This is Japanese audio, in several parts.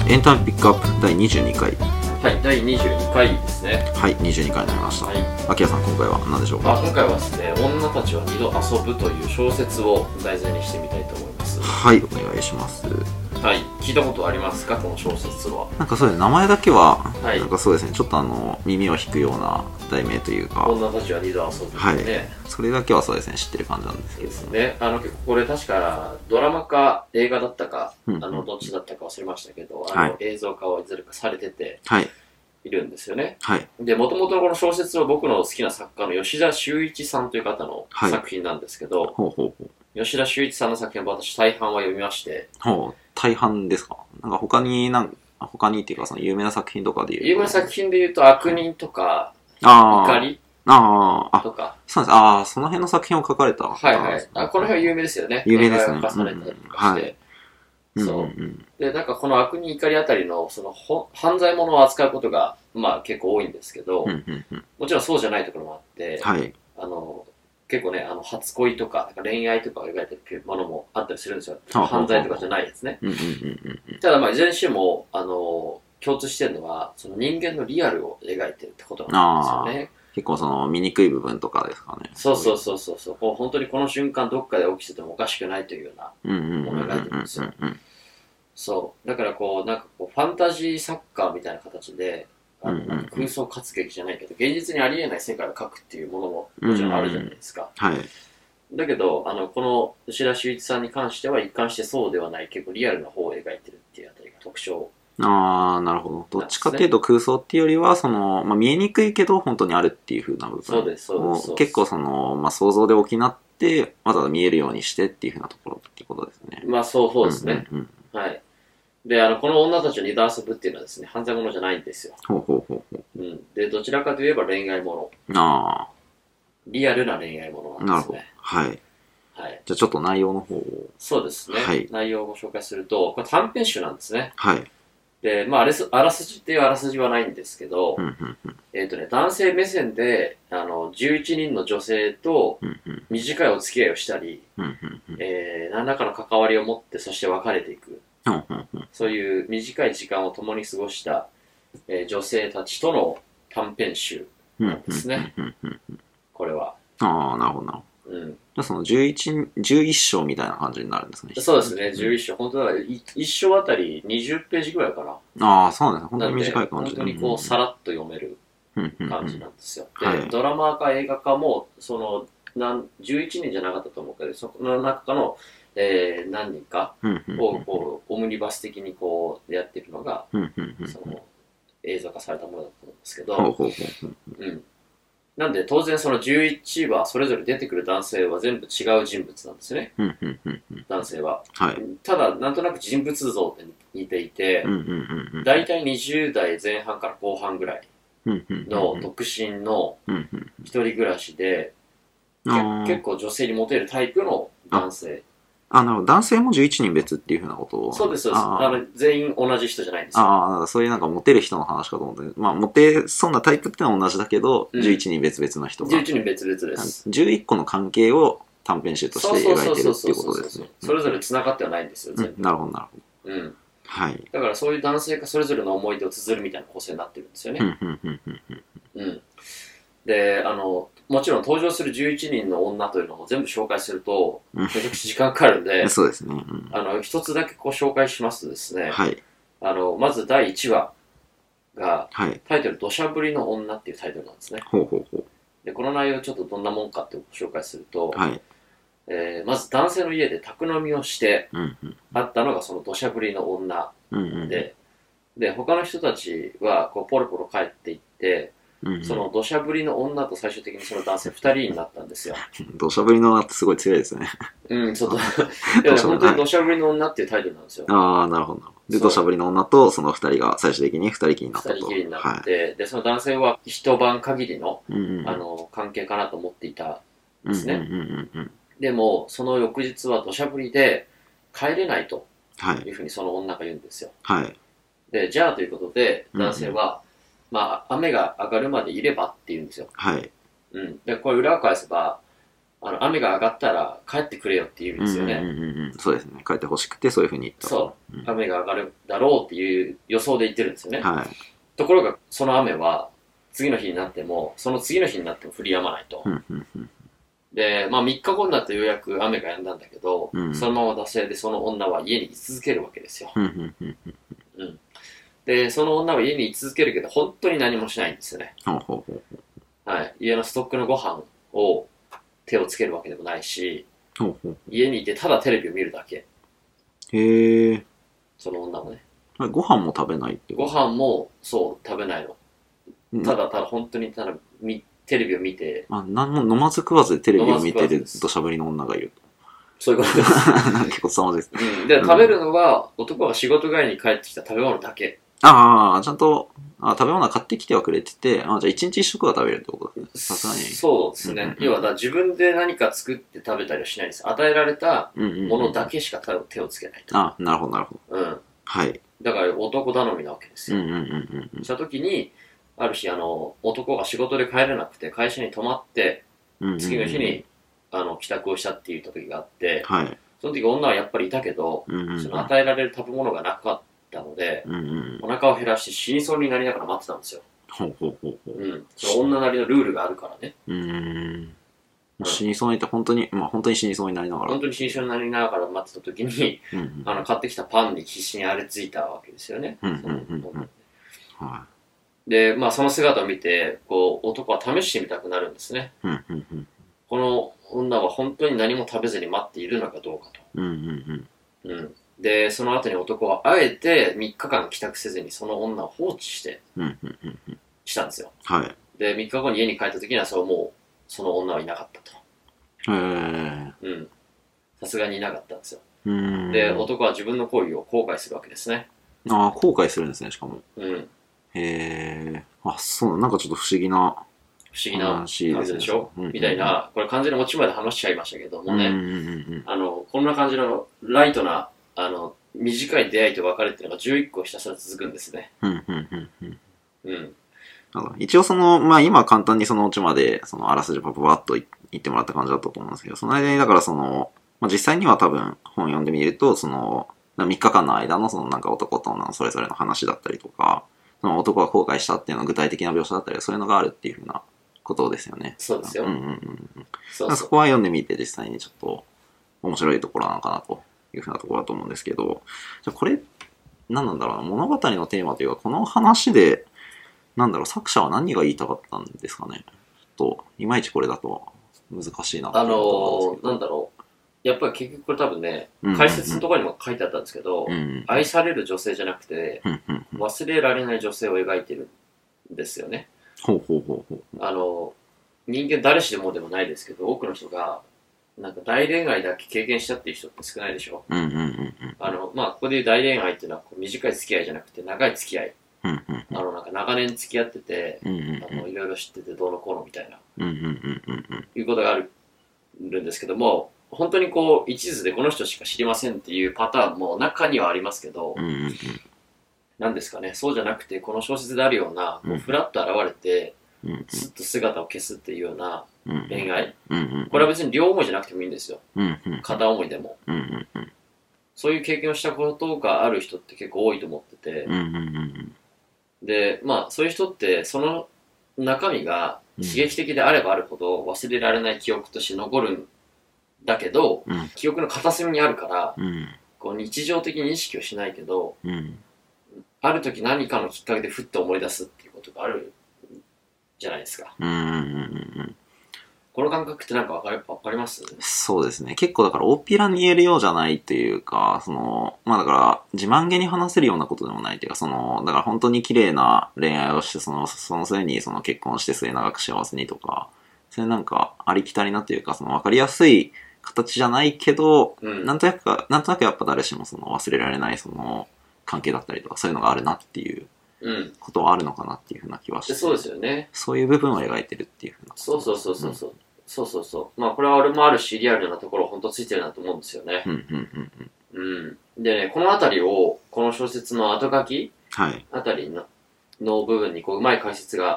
エンタメピックアップ第22回。 はい、第22回ですね。 はい、22回になりました。あきらさん、今回は何でしょうか？ 今回はですね、女たちは二度遊ぶという小説を題材にしてみたいと思います。 はい、お願いします。 はい、聞いたことありますか、この小説は？ なんかそうですね、名前だけは、 はい、 なんかそうですね、ちょっと耳を引くような題名というか、 女たちは二度遊ぶですね、はい。 それだけはそうですね、知ってる感じなんですけど。 ですね。結構これ確かドラマか映画だったか、どっちだったか忘れましたけど、映像化をいずれかされてて、いるんですよね。 はい。 で、もともとこの小説は僕の好きな作家の吉田修一さんという方の作品なんですけど、吉田修一さんの作品は私大半は読みまして。 大半ですか？なんか他にっていうか、その有名な作品とかで言うと。 有名な作品で言うと、悪人とか、怒りとか。 そうなんです。その辺の作品を書かれた。 はいはい。この辺は有名ですよね。 有名ですね。 映画化されたりとかして。そう。で、なんかこの悪人怒りあたりの、その犯罪者を扱うことが、結構多いんですけど、もちろんそうじゃないところもあって、結構ね、初恋とか、恋愛とかを描いてるものもあったりするんですよ。犯罪とかじゃないですね。ただいずれにしても、共通してるのは、その人間のリアルを描いてるってことなんですよね。 結構その醜い部分とかですかね。 そう。本当にこの瞬間どっかで起きててもおかしくないというようなものを描いてるんですよ。そう。だからファンタジー作家みたいな形で、空想活劇じゃないけど、現実にありえない世界を描くっていうものももちろんあるじゃないですか。だけど、この吉田修一さんに関しては一貫してそうではない、結構リアルな方を描いてるっていうあたりが特徴。 なるほど。どっちかっていうと空想っていうよりは、見えにくいけど本当にあるっていう風な部分を結構想像で補って、わざわざ見えるようにしてっていう風なところっていうことですね。 そうですね。はい。で、この女たちを二度遊ぶっていうのはですね、犯罪者じゃないんですよ。で、どちらかといえば恋愛もの。リアルな恋愛ものなんですね。 はい。じゃあちょっと内容の方を。 そうですね。内容をご紹介すると、これ短編集なんですね。 はい。 で、あらすじっていうあらすじはないんですけど、男性目線で、11人の女性と短いお付き合いをしたり、何らかの関わりを持って、そして別れていく。そういう短い時間を共に過ごした、女性たちとの短編集なんですね。これは。 なるほど。じゃあその11章みたいな感じになるんですね。 そうですね、11章。本当は1章あたり20ページぐらいかな。 そうなんですね。本当に短い感じで。本当にさらっと読める感じなんですよ。で、ドラマ化、映画化も、11人じゃなかったと思うけど、その中の、何人かをオムニバス的にやってるのが、映像化されたものだと思うんですけど、なんで当然その11話それぞれ出てくる男性は全部違う人物なんですね。男性は。ただなんとなく人物像って似ていて、だいたい20代前半から後半ぐらいの独身の一人暮らしで、結構女性にモテるタイプの男性。 なるほど。男性も11人別っていうふうなことを。 そうです。全員同じ人じゃないんですよ。 そういうモテる人の話かと思って。モテそうなタイプってのは同じだけど、11人別々の人が。 11人別々です。 11個の関係を短編集として描いてるっていうことですね。 それぞれ繋がってはないんですよ、全部。 なるほど。はい。 だからそういう男性がそれぞれの思い出を綴るみたいな構成になってるんですよね。で、もちろん登場する11人の女というのも全部紹介すると、めちゃくちゃ時間かかるんで、 そうですね。 一つだけ紹介しますとですね、まず第1話が、タイトル、土砂降りの女っていうタイトルなんですね。で、この内容ちょっとどんなもんかってご紹介すると、まず男性の家で宅飲みをして、あったのがその土砂降りの女で、他の人たちはポロポロ帰っていって、その土砂降りの女と最終的にその男性2人になったんですよ。 土砂降りの女ってすごい強いですね。 ちょっと本当に土砂降りの女っていうタイトルなんですよ。 なるほど。で、土砂降りの女とその2人が最終的に2人きりになったと。 2人きりになって、で、その男性は一晩限りの関係かなと思っていたんですね。でも、その翌日は土砂降りで帰れないというふうにその女が言うんですよ。で、じゃあということで、男性は、雨が上がるまでいればって言うんですよ。で、これ裏を返せば、 雨が上がったら帰ってくれよって言うんですよね。 そうですね。帰ってほしくてそういうふうに言った。 そう。雨が上がるだろうっていう予想で言ってるんですよね。 はい。 ところが、その雨は、次の日になっても、その次の日になっても降り止まないと。で、まあ3日後になってようやく雨が止んだんだけど、そのまま惰性でその女は家に居続けるわけですよ。で、その女は家に居続けるけど、本当に何もしないんですよね。はい。家のストックのご飯を手をつけるわけでもないし、家にいてただテレビを見るだけ。 へえ。 その女もね。 ご飯も食べないってご飯も、そう、食べないの。ただ本当にテレビを見て。 何も飲まず食わずでテレビを見てる土砂降りの女がいると。 そういうことです。 結構凄まじいですね。で、食べるのは、男が仕事帰りに帰ってきた食べ物だけ。 ちゃんと、食べ物は買ってきてはくれてて、じゃあ一日一食は食べるってことですね。さすがに。 そうですね。要は、自分で何か作って食べたりはしないんです。与えられたものだけしか手をつけないと。 なるほど、なるほど。はい。 だから男頼みなわけですよ。した時に、ある日、男が仕事で帰れなくて、会社に泊まって、次の日に、帰宅をしたって言った時があって、その時女はやっぱりいたけど、その与えられる食べ物がなかったので、お腹を減らして死にそうになりながら待ってたんですよ。その女なりのルールがあるからね。 死にそうになって、本当に死にそうになりながら。 本当に死にそうになりながら待ってた時に、買ってきたパンに必死にあれついたわけですよね。で、まあその姿を見て、男は試してみたくなるんですね。この女は本当に何も食べずに待っているのかどうかと。で、その後に男はあえて3日間帰宅せずにその女を放置して、したんですよ。で、3日後に家に帰った時にはもう、その女はいなかったと。さすがにいなかったんですよ。で、男は自分の行為を後悔するわけですね。 後悔するんですね、しかも。へえ。そうなんかちょっと不思議な感じでしょ、みたいな、これ完全にオチまで話しちゃいましたけどもね、こんな感じのライトな、短い出会いと別れっていうのが11個ひたすら続くんですね。 一応今簡単にそのオチまで、あらすじパパッと言ってもらった感じだったと思うんですけど、その間にだから実際には多分本読んでみると、3日間の間のなんか男と女のそれぞれの話だったりとか、その男が後悔したっていうのは具体的な描写だったり、そういうのがあるっていうふうなことですよね。 そうですよ。 そこは読んでみて実際にちょっと面白いところなのかなというふうなところだと思うんですけど、じゃこれ、何なんだろうな、物語のテーマというか、この話で、作者は何が言いたかったんですかね。いまいちこれだと難しいななんだろう。やっぱり結局これ多分ね、解説のところにも書いてあったんですけど、愛される女性じゃなくて、忘れられない女性を描いてるんですよね。人間誰しもでもないですけど、多くの人が、なんか大恋愛だけ経験したっていう人って少ないでしょ。まあ、ここでいう大恋愛っていうのは短い付き合いじゃなくて長い付き合い。なんか長年付き合ってて、いろいろ知っててどうのこうのみたいな、いうことがあるんですけども、本当に一途でこの人しか知りませんっていうパターンも中にはありますけど、なんですかね、そうじゃなくて、この小説であるような、ふらっと現れて、すっと姿を消すっていうような恋愛。これは別に両思いじゃなくてもいいんですよ。片思いでも。そういう経験をしたことがある人って結構多いと思ってて、で、まあ、そういう人って、その中身が刺激的であればあるほど忘れられない記憶として残るんだけど、記憶の片隅にあるから、日常的に意識をしないけど、ある時何かのきっかけでふっと思い出すっていうことがあるじゃないですか。この感覚ってなんかわかります？ そうですね。結構だから大っぴらに言えるようじゃないというか、まあだから自慢げに話せるようなことでもないというか、だから本当に綺麗な恋愛をして、その末に結婚して末永く幸せにとか、それなんかありきたりなというか、わかりやすい形じゃないけど、なんとなくやっぱ誰しも忘れられない関係だったりとか、そういうのがあるなっていうことはあるのかなっていうふうな気はして、 そうですよね。 そういう部分を描いてるっていうふうな。 そう。まあこれは俺もあるし、リアルなところ本当ついてるなと思うんですよね。でね、このあたりを、この小説の後書きあたりの部分にうまい解説が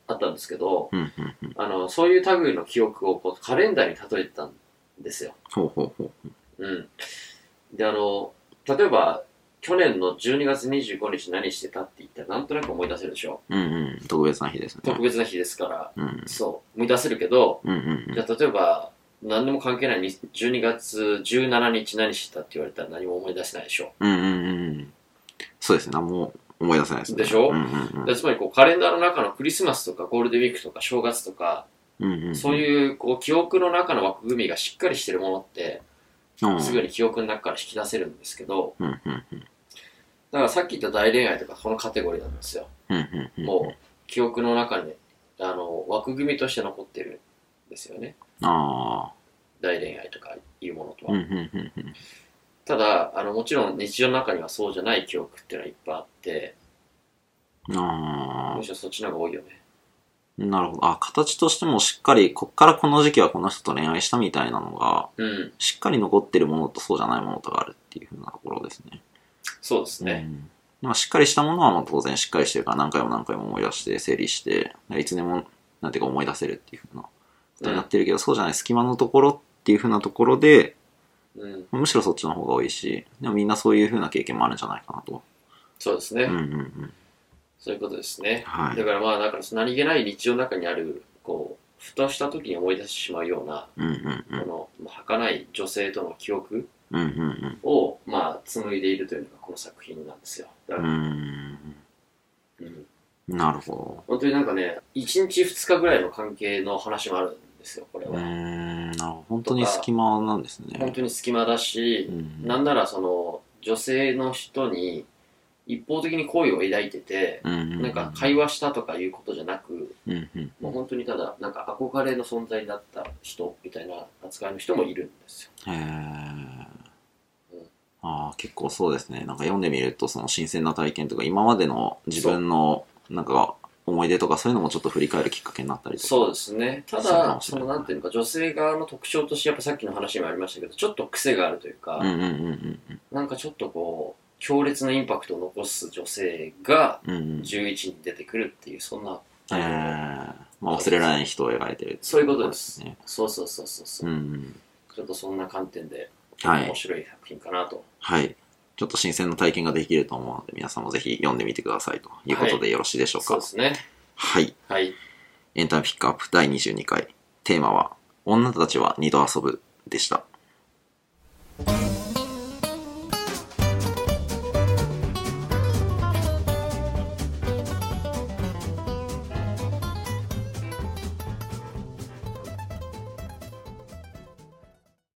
あったんですけど、そういう類の記憶をこうカレンダーに例えてたんですよ。うん。で、例えば、去年の12月25日何してたって言ったらなんとなく思い出せるでしょ。 特別な日ですね。 特別な日ですから、そう、思い出せるけど、じゃあ例えば、何でも関係ない12月17日何してたって言われたら何も思い出せないでしょ。 そうですね。何も思い出せないですね。 でしょ、つまりこうカレンダーの中のクリスマスとかゴールデンウィークとか正月とか、そういうこう記憶の中の枠組みがしっかりしてるものって、すぐに記憶の中から引き出せるんですけど、だからさっき言った大恋愛とかこのカテゴリーなんですよ。もう記憶の中に枠組みとして残ってるんですよね。大恋愛とかいうものとは。ただもちろん日常の中にはそうじゃない記憶っていうのはいっぱいあって、むしろそっちの方が多いよね。 なるほど。形としてもしっかり、こっからこの時期はこの人と恋愛したみたいなのが、しっかり残ってるものとそうじゃないものとがあるっていうふうなところですね。 そうですね。 しっかりしたものはまあ当然しっかりしてるから何回も何回も思い出して整理して、いつでもなんていうか思い出せるっていうふうなことになってるけど、そうじゃない隙間のところっていうふうなところで、むしろそっちの方が多いし、でもみんなそういうふうな経験もあるんじゃないかなと。 そうですね。そういうことですね。だからまあ、だから何気ない日常の中にある、こう、ふとした時に思い出してしまうような、この、儚い女性との記憶を、まあ、紡いでいるというのがこの作品なんですよ。だからなるほど。 本当になんかね、1日2日ぐらいの関係の話もあるんですよ、これは。 本当に隙間なんですね。 本当に隙間だし、なんならその、女性の人に、一方的に好意を抱いてて、なんか会話したとかいうことじゃなく、もう本当にただ、なんか憧れの存在だった人みたいな扱いの人もいるんですよ。 結構そうですね。なんか読んでみると、その新鮮な体験とか、今までの自分の、なんか、思い出とかそういうのもちょっと振り返るきっかけになったりとか。 そうですね。ただ、そのなんていうか、女性側の特徴として、やっぱさっきの話にもありましたけど、ちょっと癖があるというか、なんかちょっとこう、強烈なインパクトを残す女性が11に出てくるっていう、そんな。 忘れられない人を描いてる。 そういうことです。そう。ちょっとそんな観点で、面白い作品かなと。 ちょっと新鮮な体験ができると思うので、皆さんもぜひ読んでみてくださいということでよろしいでしょうか。 そうですね。 エンタメピックアップ第22回。テーマは、女たちは二度遊ぶでした。